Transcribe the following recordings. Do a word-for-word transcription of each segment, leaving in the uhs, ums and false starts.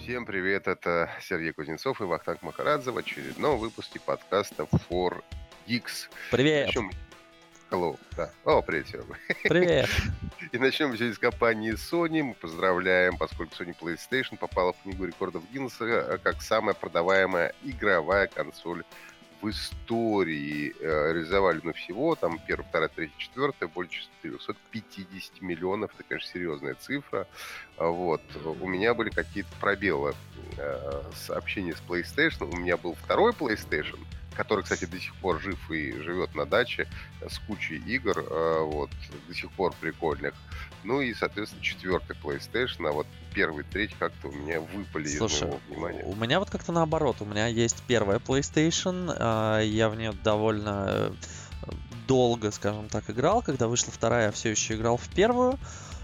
Всем привет, это Сергей Кузнецов и Вахтанг Махарадзе в очередном выпуске подкаста фор икс. Привет. Начнем... Hello, да. О, привет, Серега. Привет. И начнем сегодня с компании Sony. Мы поздравляем, поскольку Sony PlayStation попала в книгу рекордов Гиннесса как самая продаваемая игровая консоль в истории. Реализовали, ну, всего, там, первая, вторая, третья, четвертая, больше четыреста пятьдесят миллионов. Это, конечно, серьезная цифра. Вот. У меня были какие-то пробелы э, с общением с PlayStation. У меня был второй PlayStation, который, кстати, до сих пор жив и живет на даче с кучей игр, э, вот, до сих пор прикольных. Ну и, соответственно, четвертый PlayStation, а вот первый, третий как-то у меня выпали Слушай, из моего внимания. У меня вот как-то наоборот. У меня есть первая PlayStation, э, я в нее довольно долго, скажем так, играл. Когда вышла вторая, я все еще играл в первую.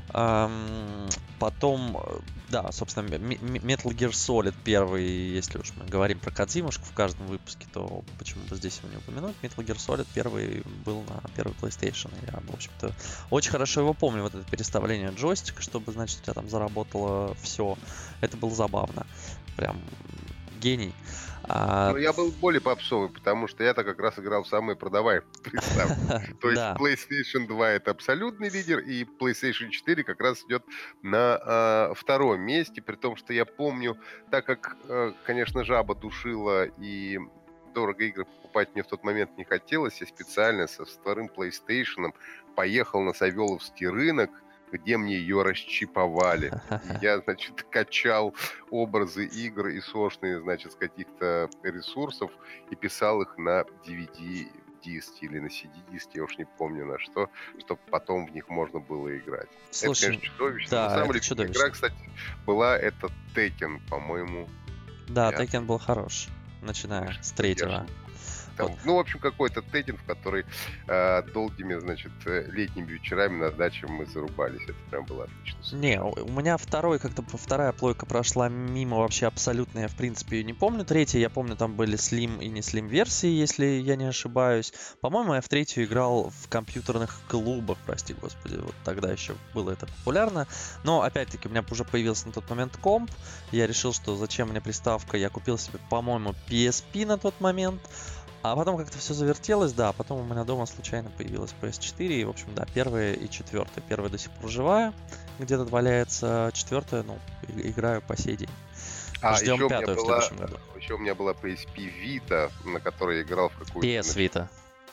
Эм, потом, да, собственно, Metal Gear Solid первый, если уж мы говорим про Кодзимушку в каждом выпуске, то почему бы здесь его не упомянуть. Metal Gear Solid первый был на первой PlayStation. Я, в общем-то, очень хорошо его помню, вот это переставление джойстика, чтобы, значит, у тебя там заработало все. Это было забавно. Прям гений. А... Ну, я был более попсовый, потому что я-то как раз играл в самые продаваемые приставки. То есть PlayStation два это абсолютный лидер, и PlayStation четыре как раз идет на э, втором месте, при том, что я помню, так как, э, конечно, жаба душила и дорого игры покупать мне в тот момент не хотелось, я специально со вторым PlayStation поехал на Савеловский рынок, где мне ее расчиповали. И я, значит, качал образы игр и сошные, значит, с каких-то ресурсов и писал их на ди ви ди-диске или на си ди-диске, я уж не помню на что, чтобы потом в них можно было играть. Слушай, это, конечно, чудовищно. Да, Но самая любимая игра, кстати, была это Tekken, по-моему. Да, я... Tekken был хорош, начиная с третьего. Там, вот. Ну, в общем, какой-то Tekken, в который э, долгими, значит, летними вечерами на даче мы зарубались. Это прям было отлично. Не, у меня второй, как-то вторая плойка прошла мимо вообще абсолютно. Я, в принципе, не помню. Третья, я помню, там были слим и не слим версии, если я не ошибаюсь. По-моему, я в третью играл в компьютерных клубах, прости господи. Вот тогда еще было это популярно. Но, опять-таки, у меня уже появился на тот момент комп. Я решил, что зачем мне приставка. Я купил себе, по-моему, пи эс пи на тот момент. А потом как-то все завертелось, да, потом у меня дома случайно появилась пи эс четыре, и, в общем, да, первая и четвертая. Первая до сих пор живая, где-то валяется, четвертая, ну, играю по сей день. А, ждем пятую была, в следующем году. Еще у меня была пи эс пи Vita, на которой я играл в какую-то... пи эс Vita.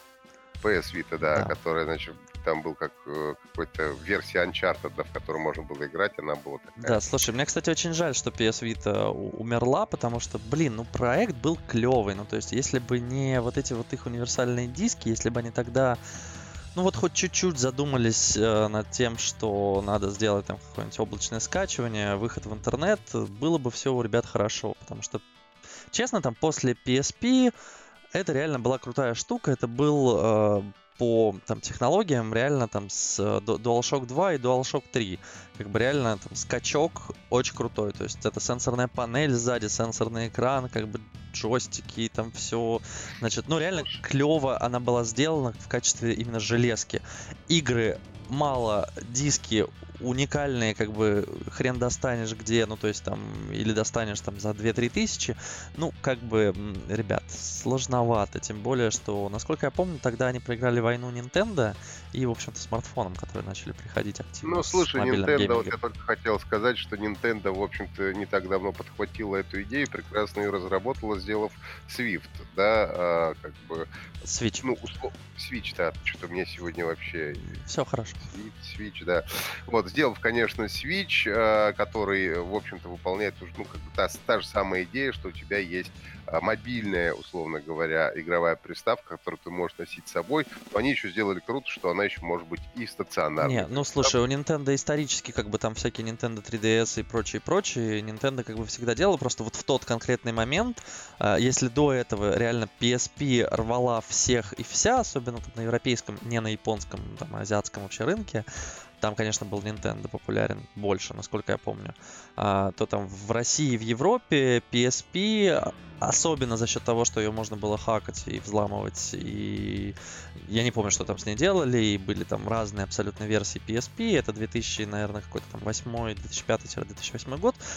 пи эс Vita, да, да, которая, значит, там был как какой-то версия Uncharted, в которой можно было играть, она была такая. Да, слушай, мне, кстати, очень жаль, что пи эс Vita умерла, потому что, блин, ну проект был клевый, ну то есть если бы не вот эти вот их универсальные диски, если бы они тогда, ну вот хоть чуть-чуть задумались э, над тем, что надо сделать там какое-нибудь облачное скачивание, выход в интернет, было бы все у ребят хорошо, потому что, честно, там после пи эс пи это реально была крутая штука, это был... Э, по там, технологиям реально там с DualShock два и DualShock три. Как бы реально там скачок очень крутой. То есть это сенсорная панель сзади, сенсорный экран, как бы джойстики, там все. Значит, ну реально клево она была сделана в качестве именно железки. Игры мало, диски уникальные, как бы хрен достанешь где, ну то есть там, или достанешь там за две-три тысячи, ну как бы, ребят, сложновато, тем более, что, насколько я помню, тогда они проиграли войну Nintendo и, в общем-то, смартфонам, которые начали приходить активно. Ну, слушай, Nintendo, вот я только хотел сказать, что Nintendo, в общем-то, не так давно подхватила эту идею, прекрасно ее разработала, сделав Swift, да, а, как бы... Switch. Ну, услов... Switch, да, что-то у меня сегодня вообще... Все хорошо. Switch, да. Вот, сделав, конечно, Switch, э, который, в общем-то, выполняет ну, как бы та, та же самая идея, что у тебя есть э, мобильная, условно говоря, игровая приставка, которую ты можешь носить с собой, то они еще сделали круто, что она еще может быть и стационарной. Не, ну слушай, у Nintendo исторически, как бы там всякие Nintendo три ди эс и прочее, прочее, Nintendo как бы всегда делала, просто вот в тот конкретный момент, э, если до этого реально пи эс пи рвала всех и вся, особенно там на европейском, не на японском, там, азиатском вообще рынке, там, конечно, был Nintendo популярен больше, насколько я помню. А, то там в России и в Европе пи эс пи, особенно за счет того, что ее можно было хакать и взламывать, и я не помню, что там с ней делали, и были там разные абсолютно версии пи эс пи, это две тысячи, наверное, какой-то там восьмой, две тысячи пятый - две тысячи восьмой год.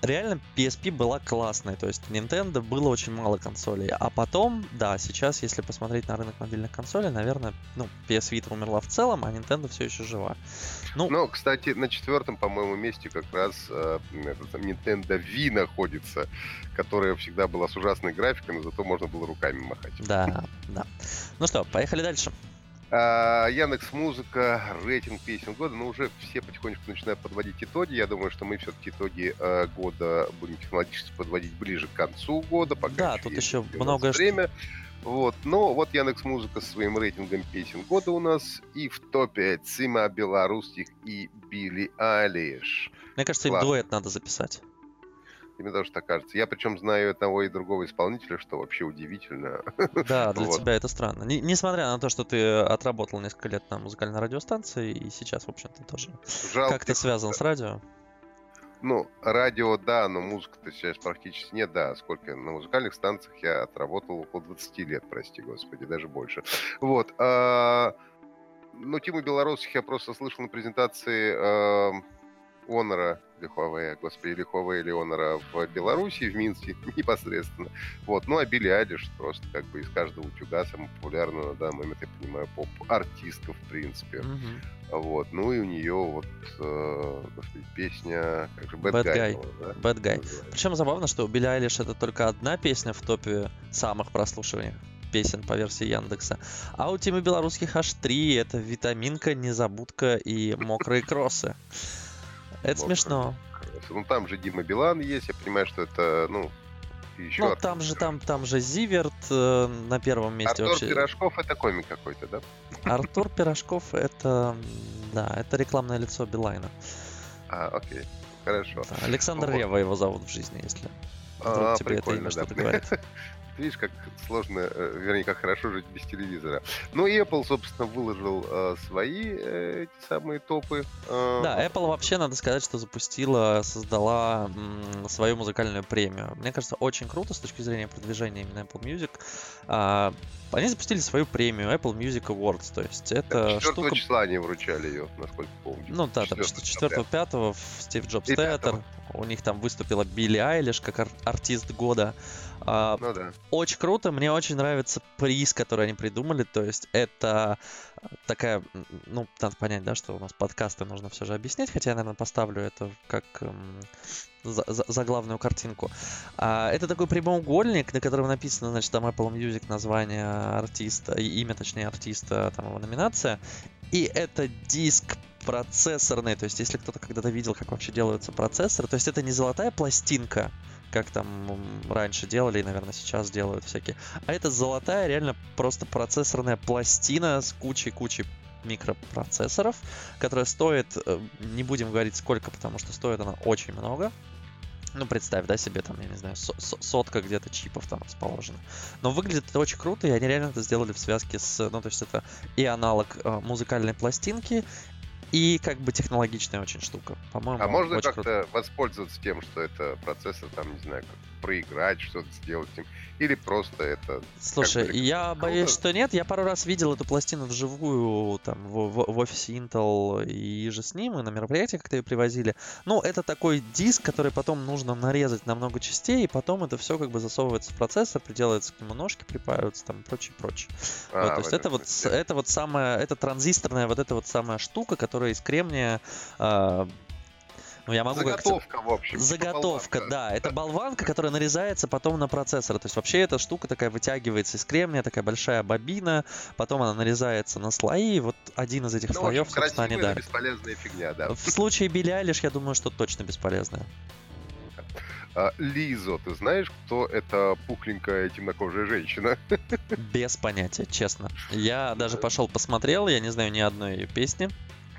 реально пи эс пи была классной, то есть Nintendo было очень мало консолей, а потом, да, сейчас, если посмотреть на рынок мобильных консолей, наверное, ну, пи эс Vita умерла в целом, а Nintendo все еще жива. Ну, Но, кстати, на четвертом, по-моему, месте как раз э, Nintendo Wii находится, которая всегда была с ужасной графикой, но зато можно было руками махать. Да, да. Ну что, поехали дальше. А, Яндекс.Музыка, рейтинг песен года. Ну, уже все потихонечку начинают подводить итоги. Я думаю, что мы все-таки итоги э, года будем технологически подводить ближе к концу года. Пока да, еще тут есть еще много время. Вот. Но вот Яндекс.Музыка со своим рейтингом песен года у нас. И в топе Цима Белорусских и Билли Айлиш. Мне кажется, им дуэт надо записать. И мне тоже так кажется. Я причем знаю одного и другого исполнителя, что вообще удивительно. Да, для вот. тебя это странно. Н- несмотря на то, что ты отработал несколько лет на музыкальной радиостанции, и сейчас, в общем-то, тоже Жалко, как-то связан с радио. Ну, радио, да, но музыка-то сейчас практически нет, да. Сколько на музыкальных станциях я отработал около двадцать лет, прости господи, даже больше. Вот. А, ну, Тиму Белорусских я просто слышал на презентации а, Honor, или Huawei, господи, или Huawei, или Honor в Беларуси, в Минске непосредственно. Вот. Ну, а Билли Айлиш просто как бы из каждого утюга самый популярный на данный момент, я понимаю, поп-артистка, в принципе. Мгм. Вот. Ну, и у нее вот э, господи, песня, как же, Bad, Bad Guy. Guy. была, да? Bad Guy. Называется. Причем забавно, что у Билли Айлиш это только одна песня в топе самых прослушиваний песен по версии Яндекса. А у Тимы Белорусских аж три. Это «Витаминка», «Незабудка» и «Мокрые кроссы». Это Мокрые смешно. кроссы. Ну, там же Дима Билан есть, я понимаю, что это, ну, еще... Ну, Артур там же, там, Пирожков. там же Зиверт э, на первом месте Артур вообще. Пирожков — это комик какой-то, да? Артур Пирожков это, м, да, это рекламное лицо Билайна. А, окей, хорошо. Да, Александр Вот. Ревва его зовут в жизни, если вдруг А, тебе это прикольно, имя да. что-то говорит. Видишь, как сложно, э, вернее, как хорошо жить без телевизора. Ну, и Apple, собственно, выложил э, свои э, эти самые топы. э, Да, Apple вообще, надо сказать, что запустила, создала м, свою музыкальную премию. Мне кажется, очень круто с точки зрения продвижения именно Apple Music. А, они запустили свою премию Apple Music Awards, то есть это четвёртого штука... числа они вручали ее, насколько помню. Ну да, там четвёртого-пятого Стив Джобс И Театр. пятого. У них там выступила Билли Айлиш как ар- артист года. А, Ну да. Очень круто, мне очень нравится приз, который они придумали, то есть это такая, м, ну, надо понять, да, что у нас подкасты нужно все же объяснять, хотя я, наверное, поставлю это как м, за, за- заглавную картинку. А, это такой прямоугольник, на котором написано, значит, там Apple Music, название артиста, и имя, точнее, артиста, там его номинация, и это диск процессорный, то есть если кто-то когда-то видел, как вообще делаются процессоры, то есть это не золотая пластинка, как там м, раньше делали и, наверное, сейчас делают всякие, а это золотая реально просто процессорная пластина с кучей-кучей микропроцессоров, которая стоит, э, не будем говорить сколько, потому что стоит она очень много. Ну, представь, да, себе там, я не знаю, со- со- сотка где-то чипов там расположена. Но выглядит это очень круто, и они реально это сделали в связке с... Ну, то есть это и аналог э, музыкальной пластинки, и как бы технологичная очень штука. По-моему, А можно очень как-то круто. воспользоваться тем, что это процессор, там, не знаю, как проиграть, что-то сделать с ним, или просто это... Слушай, как бы, я круто? боюсь, что нет. Я пару раз видел эту пластину вживую там в, в- в офисе Intel и же с ним, и на мероприятиях как-то ее привозили. Ну, это такой диск, который потом нужно нарезать на много частей, и потом это все как бы засовывается в процессор, приделывается к нему ножки, припаиваются там и прочее, прочее. А, Вот, то в есть этом это вот, с- смысле. это вот самая, это транзисторная вот эта вот самая штука, которая из кремния, а, ну я могу как-то... Заготовка, в общем. типа Заготовка, болванка. да. Это болванка, которая нарезается потом на процессор. То есть вообще эта штука такая вытягивается из кремния, такая большая бобина, потом она нарезается на слои. Вот один из этих Ну, в общем, слоев, собственно, они красивая, но дарят. бесполезная фигня, да. В случае Билли Айлиш, я думаю, что точно бесполезная. А, Лизо, ты знаешь, кто эта пухленькая темнокожая женщина? Без понятия, честно. Я даже пошел посмотрел, я не знаю ни одной ее песни.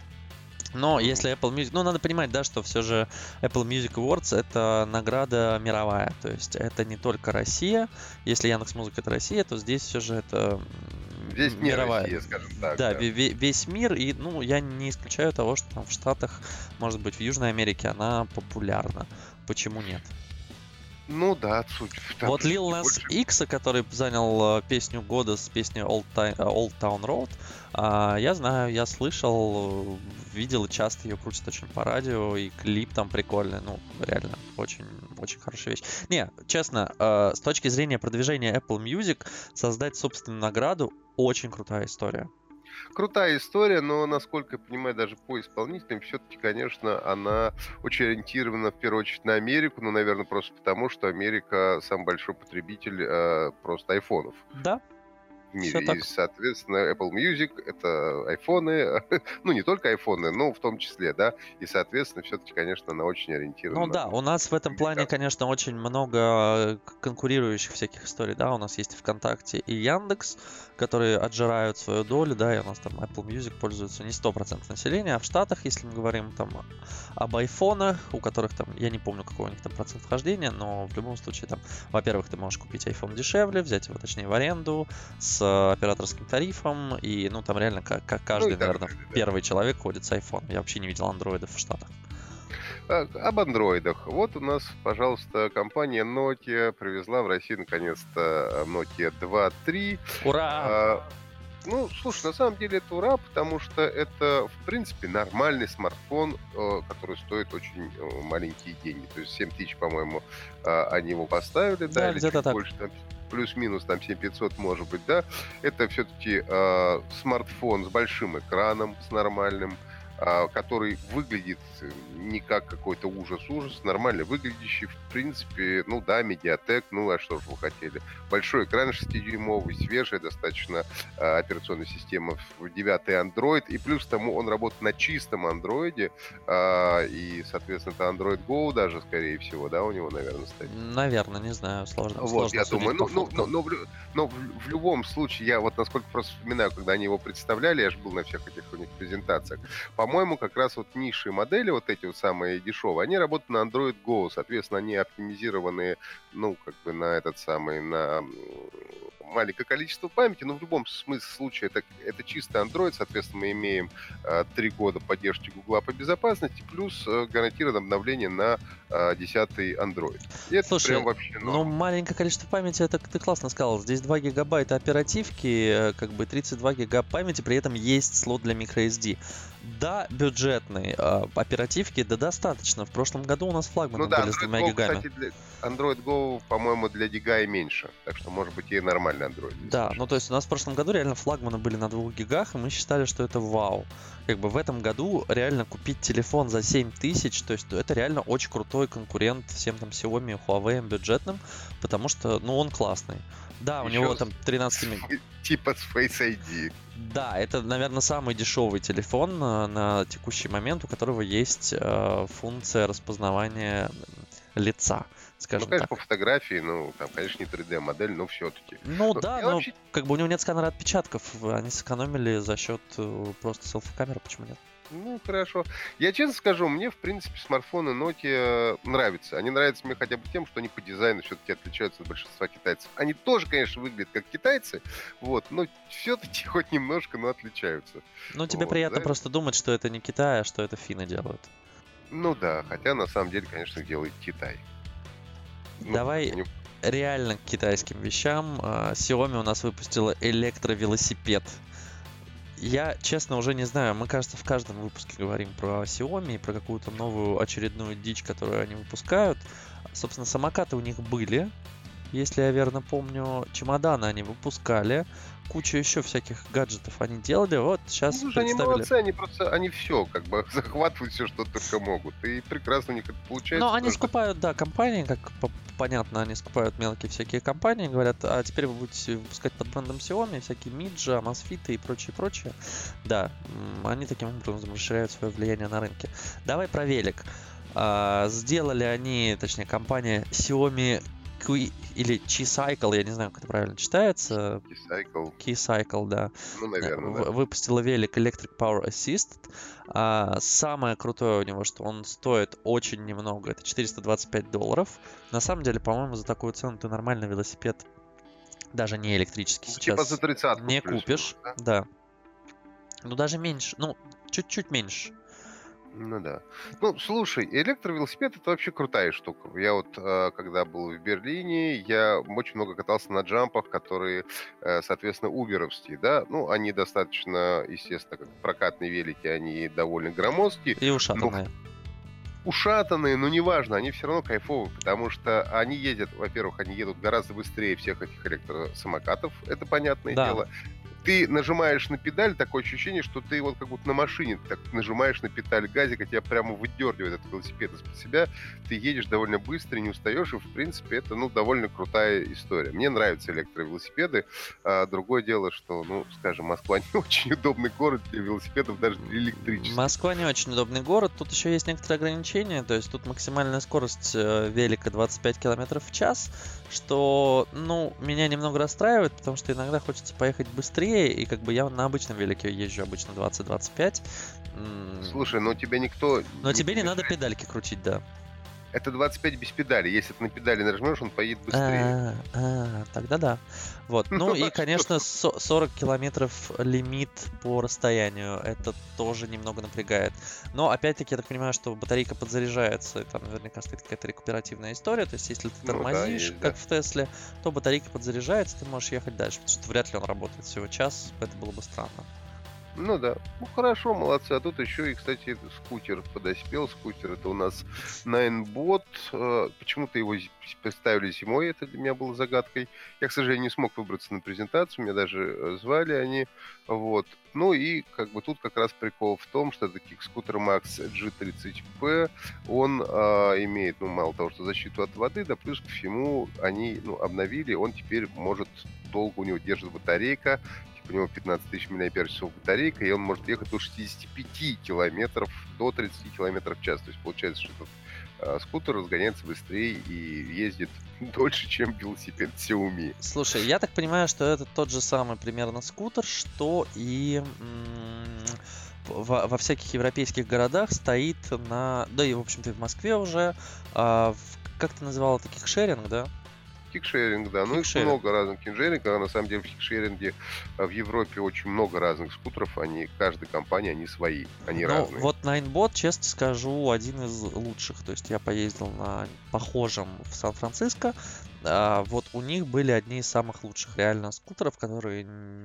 Но если Apple Music... Ну, надо понимать, да, что все же Apple Music Awards — это награда мировая. То есть это не только Россия. Если Яндекс.Музыка — это Россия, то здесь все же это м, Здесь не мировая. Россия, скажем так. Да, да. ве- ве- весь мир. И, ну, я не исключаю того, что там в Штатах, может быть, в Южной Америке она популярна. Почему нет? Ну да, суть в том, Вот что Lil ты Nas больше... X, который занял э, песню года с песней Old, Ti- э, Old Town Road, а, я знаю, я слышал, э, видел и часто ее крутят очень по радио, и клип там прикольный, ну, реально, очень, очень хорошая вещь. Не, честно, э, с точки зрения продвижения Apple Music, создать собственную награду очень крутая история. Крутая история, но, насколько я понимаю, даже по исполнителям, все-таки, конечно, она очень ориентирована в первую очередь на Америку, ну, наверное, просто потому, что Америка самый большой потребитель э, просто айфонов Да, в все мире. И, так. соответственно, Apple Music — это айфоны, ну, не только айфоны, но в том числе, да, и, соответственно, все-таки, конечно, она очень Ну ориентирована да, у нас в этом плане, американцев. конечно, очень много э, к- конкурирующих всяких историй, да, у нас есть ВКонтакте и Яндекс, которые отжирают свою долю, да, и у нас там Apple Music пользуется не сто процентов населения, а в Штатах, если мы говорим там об айфонах, у которых там, я не помню, какой у них там процент вхождения, но в любом случае там, во-первых, ты можешь купить iPhone дешевле, взять его, точнее, в аренду с э, операторским тарифом, и, ну, там реально как, как Ну и каждый, так наверное, далее, да. первый человек ходит с iPhone. Я вообще не видел андроидов в Штатах. А, Об андроидах. Вот у нас, пожалуйста, компания Nokia привезла в Россию наконец-то Nokia два три. Ура! А, Ну, слушай, на самом деле это ура, потому что это, в принципе, нормальный смартфон, э, который стоит очень э, маленькие деньги. То есть семь тысяч, по-моему, э, они его поставили, да, Да, или где-то чуть так. больше, там, плюс-минус, там, семь тысяч пятьсот, может быть, да. Это все-таки э, смартфон с большим экраном, с нормальным, а, который выглядит э, не как какой-то ужас-ужас, нормально выглядящий, в принципе, ну да, медиатек, ну а что же вы хотели. Большой экран шестидюймовый, свежая достаточно а, операционная система, в девятый Android, и плюс к тому он работает на чистом Android, а, и, соответственно, это Android Go даже, скорее всего, да, у него, наверное, стоит. Наверное, не знаю, сложно, Вот, сложно я судить думаю, по ну, ну, ну, фоткам. но, в, лю- но в, в любом случае, я вот насколько просто вспоминаю, когда они его представляли, я же был на всех этих у них презентациях, по-моему, как раз вот низшие модели, вот эти вот самые дешевые, они работают на Android Go, соответственно, они оптимизированы, ну, как бы на этот самый, на м, маленькое количество памяти, но в любом смысле случае это, это чисто Android, соответственно, мы имеем три года поддержки Гугла по безопасности, плюс э, гарантированное обновление на э, десятый Android. И это прям Слушай, вообще ну норм. маленькое количество памяти, это ты классно сказал. Здесь два гигабайта оперативки, э, как бы тридцать два гига памяти, при этом есть слот для microSD. Да, бюджетные э, оперативки, да достаточно. В прошлом году у нас флагманы Ну да, были с Android двумя Go, гигами. кстати, для... Android Go, по-моему, для Дига и меньше. Так что, может быть, и нормальный Android. Да, ну то есть у нас в прошлом году реально флагманы были на двух гигах, и мы считали, что это вау. Как бы в этом году реально купить телефон за семь тысяч, то есть это реально очень крутой конкурент всем там Xiaomi, Huawei бюджетным, потому что, ну, он классный. Да, у Еще него там тринадцать мег... типа с Face ай ди. Да, это, наверное, самый дешевый телефон на, на текущий момент, у которого есть э, функция распознавания лица, Ну, скажем конечно, так. по фотографии, ну, там, конечно, не три дэ-модель, но все-таки. Ну Ну, да, я но вообще... как бы у него нет сканера отпечатков, они сэкономили за счет э, просто селфи-камеры, почему нет? Ну, хорошо. Я честно скажу, мне, в принципе, смартфоны Nokia нравятся. Они нравятся мне хотя бы тем, что они по дизайну все-таки отличаются от большинства китайцев. Они тоже, конечно, выглядят как китайцы, вот, но все-таки хоть немножко, но отличаются. Ну, тебе Вот, приятно да? просто думать, что это не Китай, а что это финны делают. Ну да, хотя на самом деле, конечно, делает Китай. Ну, Давай не- реально к китайским вещам. А, Xiaomi у нас выпустила электровелосипед. Я, честно, уже не знаю. Мы, кажется, в каждом выпуске говорим про Xiaomi и про какую-то новую очередную дичь, которую они выпускают. Собственно, самокаты у них были, если я верно помню. Чемоданы они выпускали. Кучу еще всяких гаджетов они делали. Вот Ну, сейчас слушай, они представили. молодцы, они просто, они все, как бы, захватывают все, что только могут. И прекрасно у них это получается. Ну, они потому что- скупают, да, компании, как по- понятно, они скупают мелкие всякие компании, говорят, а теперь вы будете выпускать под брендом Xiaomi всякие Midge, Amazfit и прочее, прочее. Да, м, они таким образом расширяют свое влияние на рынке. Давай про велик. А, сделали они, точнее, компания Xiaomi Qi или Qi-Cycle, я не знаю, как это правильно читается. Recycle. Qi-Cycle, да. Ну, Э, наверное, в- да. выпустила велик Electric Power Assist. А, самое крутое у него, что он стоит очень немного. Это четыреста двадцать пять долларов. На самом деле, по-моему, за такую цену ты нормальный велосипед, даже не электрический, Ну, типа за сейчас тридцатку не плюс-минус, купишь. да? Да. Ну, даже меньше. Ну, чуть-чуть меньше. Ну да. Ну, слушай, электровелосипед это вообще крутая штука. Я вот, э, когда был в Берлине, я очень много катался на джампах, которые, э, соответственно, уберовские, да. Ну, они достаточно, естественно, как прокатные велики, они довольно громоздкие, И но в ушатанные. ушатанные, но неважно, они все равно кайфовые, потому что они едут, во-первых, они едут гораздо быстрее всех этих электросамокатов, это понятное Да, дело. Ты нажимаешь на педаль, такое ощущение, что ты вот как будто на машине так нажимаешь на педаль газика, тебя прямо выдергивает этот велосипед из-под себя, ты едешь довольно быстро, не устаешь, и, в принципе, это, ну, довольно крутая история. Мне нравятся электровелосипеды. А, другое дело, что, ну, скажем, Москва не очень удобный город для велосипедов, даже для электрических. Москва не очень удобный город. Тут еще есть некоторые ограничения. То есть тут максимальная скорость э, велика двадцать пять километров в час, что, ну, меня немного расстраивает, потому что иногда хочется поехать быстрее, и как бы я на обычном велике езжу обычно двадцать-двадцать пять. Слушай, но тебя никто Но не тебе не надо помешает. педальки крутить, да. Это двадцать пять без педали. Если ты на педали нажмешь, он поедет быстрее. А, а, тогда да. Вот. Ну, Ну и, а что конечно, тут? со- сорок километров лимит по расстоянию. Это тоже немного напрягает. Но, опять-таки, я так понимаю, что батарейка подзаряжается. И там наверняка стоит какая-то рекуперативная история. То есть, если ты Ну да, тормозишь, есть, как да. в Тесле, то батарейка подзаряжается, ты можешь ехать дальше. Потому что вряд ли он работает всего час. Это было бы странно. Ну да. Ну хорошо, молодцы. А тут еще и, кстати, это скутер подоспел. Скутер это у нас Ninebot. Э, Почему-то его зи- представили зимой. Это для меня было загадкой. Я, к сожалению, не смог выбраться на презентацию. Меня даже э, звали они. Вот. Ну и как бы тут как раз прикол в том, что это Kick-скутер Max джи тридцать пи. Он а, имеет, ну, мало того, что защиту от воды, да плюс ко всему они, ну, обновили. Он теперь может долго, у него держит батарейка. У него пятнадцать тысяч миллиампер-часов батарейка, и он может ехать до шестидесяти пяти километров, до тридцати километров в час. То есть получается, что этот а, скутер разгоняется быстрее и ездит дольше, чем велосипед Xiaomi. Слушай, я так понимаю, что это тот же самый примерно скутер, что и м, во, во всяких европейских городах стоит на... Да и, в общем-то, и в Москве уже. а, в- как ты называл это, кикшеринг, да? Кикшеринг, да. Ну, их Кикшеринг. много разных кикшерингов. А на самом деле в кикшеринге а, в Европе очень много разных скутеров. Они, каждая компания, они свои, они Ну, разные. вот Ninebot, честно скажу, один из лучших. То есть я поездил на похожем в Сан-Франциско. А, вот у них были одни из самых лучших реально скутеров, которые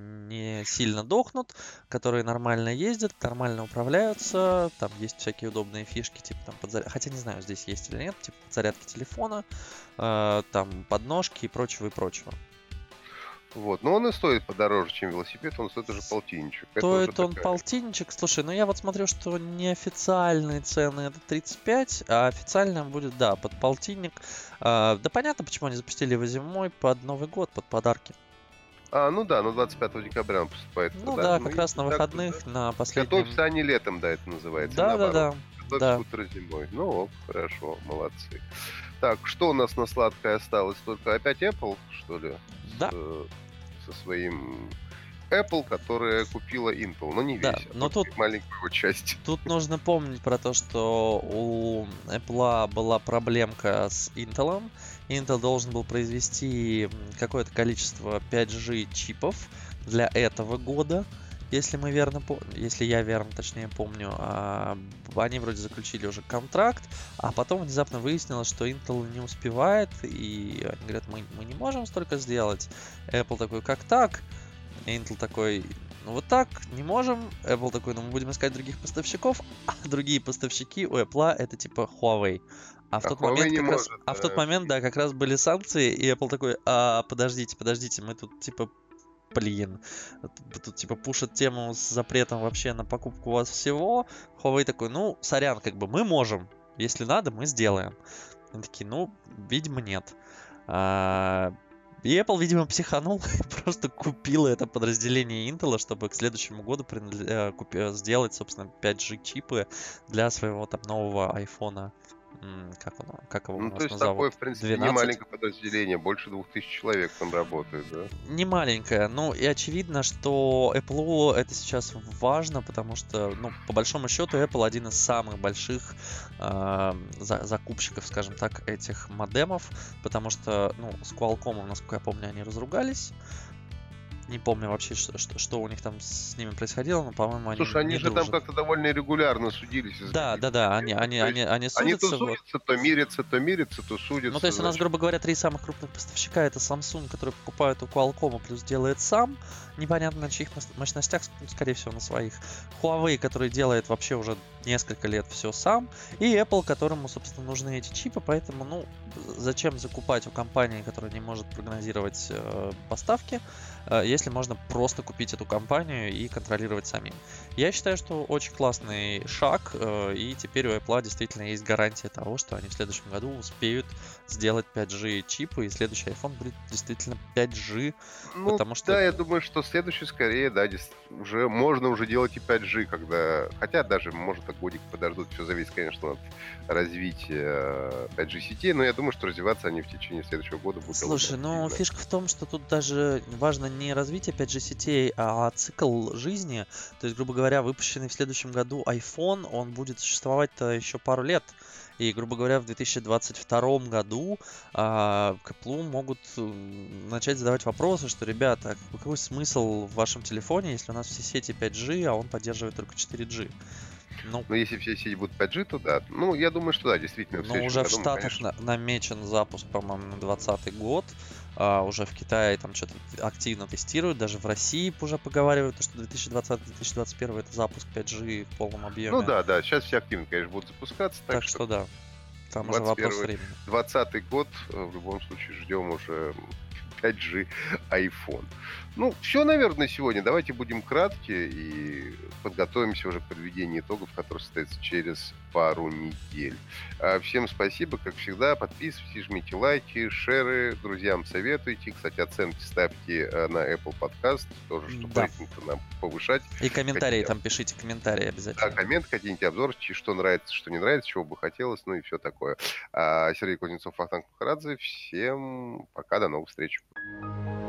не сильно дохнут, которые нормально ездят, нормально управляются. Там есть всякие удобные фишки, типа там подзаря... Хотя не знаю, здесь есть или нет, типа подзарядки телефона, а, там подножки и прочего и прочего. Вот. Но он и стоит подороже, чем велосипед. Он стоит уже полтинничек. Это уже Стоит он такая... полтинничек. Слушай, ну я вот смотрю, что неофициальные цены это тридцать пять, а официально будет, да, под полтинник. А, да понятно, почему они запустили его зимой под Новый год, под подарки. А, ну да, ну двадцать пятого декабря он поступает в Ну продажу. да, Ну, как раз если на так, то да. выходных, на последнем... Готовься они летом, да, это называется, Да, да, наоборот. да, Готовь да. скутер зимой. Ну, ок, хорошо, молодцы. Так, что у нас на сладкое осталось? Только опять Apple, что ли? С, Да, э, со своим Apple, которая купила Intel. Но не да. весь, а Но тут только маленькую его часть. Тут нужно помнить про то, что у Apple была проблемка с Intel. Intel должен был произвести м, какое-то количество пять джи чипов для этого года, если мы верно по- если я верно, точнее помню. А, Они вроде заключили уже контракт, а потом внезапно выяснилось, что Intel не успевает, и они говорят, мы, мы не можем столько сделать. Apple такой, как так? Intel такой, ну вот так, не можем. Apple такой, ну мы будем искать других поставщиков, а другие поставщики у Apple это типа Huawei. А в А тот Huawei момент не как раз, может. а в тот Да. момент, да, как раз были санкции, и Apple такой, а, подождите, подождите, мы тут типа, блин, тут, тут типа пушат тему с запретом вообще на покупку у вас всего. Huawei такой, ну, сорян, как бы мы можем, если надо, мы сделаем. Они такие, ну, видимо, нет. А, И Apple, видимо, психанул, просто купила это подразделение Intel, чтобы к следующему году принадле- э, купи- э, сделать, собственно, пять джи чипы для своего там нового айфона. М, Как, он, как его у Ну, то нас есть назовут? такое, в принципе, не двенадцать? маленькое подразделение. Больше двух тысяч человек там работает, да? Не маленькая, ну и очевидно, что Apple это сейчас важно, потому что, ну, по большому счету, Apple один из самых больших э, за- закупщиков, скажем так, этих модемов, потому что, ну, с Qualcomm, насколько я помню, они разругались. Не помню вообще, что, что, что у них там с ними происходило, но, по-моему, они Слушай, они не же там дружат. как-то довольно регулярно судились из-за Да, да, каких-то да, они, моментов. они, То они, есть они они то судятся, вот. судятся, то мирятся, то мирятся, то Ну, то судятся, есть у нас, значит. грубо говоря, три самых крупных поставщика — это Samsung, который покупает у Qualcomm плюс делает сам, непонятно на чьих мос- мощностях, ну, скорее всего, на своих. Huawei, который делает вообще уже несколько лет все сам, и Apple, которому, собственно, нужны эти чипы, поэтому, ну, зачем закупать у компании, которая не может прогнозировать э, поставки, э, если можно просто купить эту компанию и контролировать самим. Я считаю, что очень классный шаг, э, и теперь у Apple действительно есть гарантия того, что они в следующем году успеют сделать пять джи чипы, и следующий iPhone будет действительно пять джи, Ну, потому что... да, я думаю, что следующий скорее, да, дес- уже можно уже делать и пять джи, когда... Хотя даже, может, так годик подождут, все зависит, конечно, от развития э, пять джи сетей, но я думаю, что развиваться они в течение следующего года будут довольно Слушай, ну активно. фишка в том, что тут даже важно не развитие пять джи сетей, а цикл жизни. То есть, грубо говоря, выпущенный в следующем году iPhone, он будет существовать-то еще пару лет. И, грубо говоря, в две тысячи двадцать втором году а, к Apple могут м, начать задавать вопросы, что, ребята, а какой смысл в вашем телефоне, если у нас все сети пять джи, а он поддерживает только четыре джи? Ну, Но если все сети будут пять джи, то да. Ну, я думаю, что да, действительно, в Ну, следующем уже в году мы, Штатах конечно... на- намечен запуск, по-моему, на двадцатый год. А, уже в Китае там что-то активно тестируют. Даже в России уже поговаривают, что две тысячи двадцатый — две тысячи двадцать первый это запуск пять джи в полном Ну объеме. да, да, сейчас все активно, конечно, будут запускаться, так Так что что да, там уже двадцать вопрос первый, времени. двадцатый год, э, в любом случае, ждем уже пять джи iPhone. Ну, все, наверное, на сегодня. Давайте будем кратки и подготовимся уже к подведению итогов, который состоится через пару недель. А, Всем спасибо, как всегда. Подписывайтесь, жмите лайки, шеры, друзьям советуйте. Кстати, оценки ставьте э, на Apple Podcast, тоже, чтобы Да. рейтинг нам повышать. И комментарии Хотите там пишите, комментарии Да, обязательно. коммент, хотите обзор, чи- что нравится, что не нравится, чего бы хотелось, ну и все такое. А, Сергей Кузнецов, Вахтанг Махарадзе. Всем пока, до новых встреч.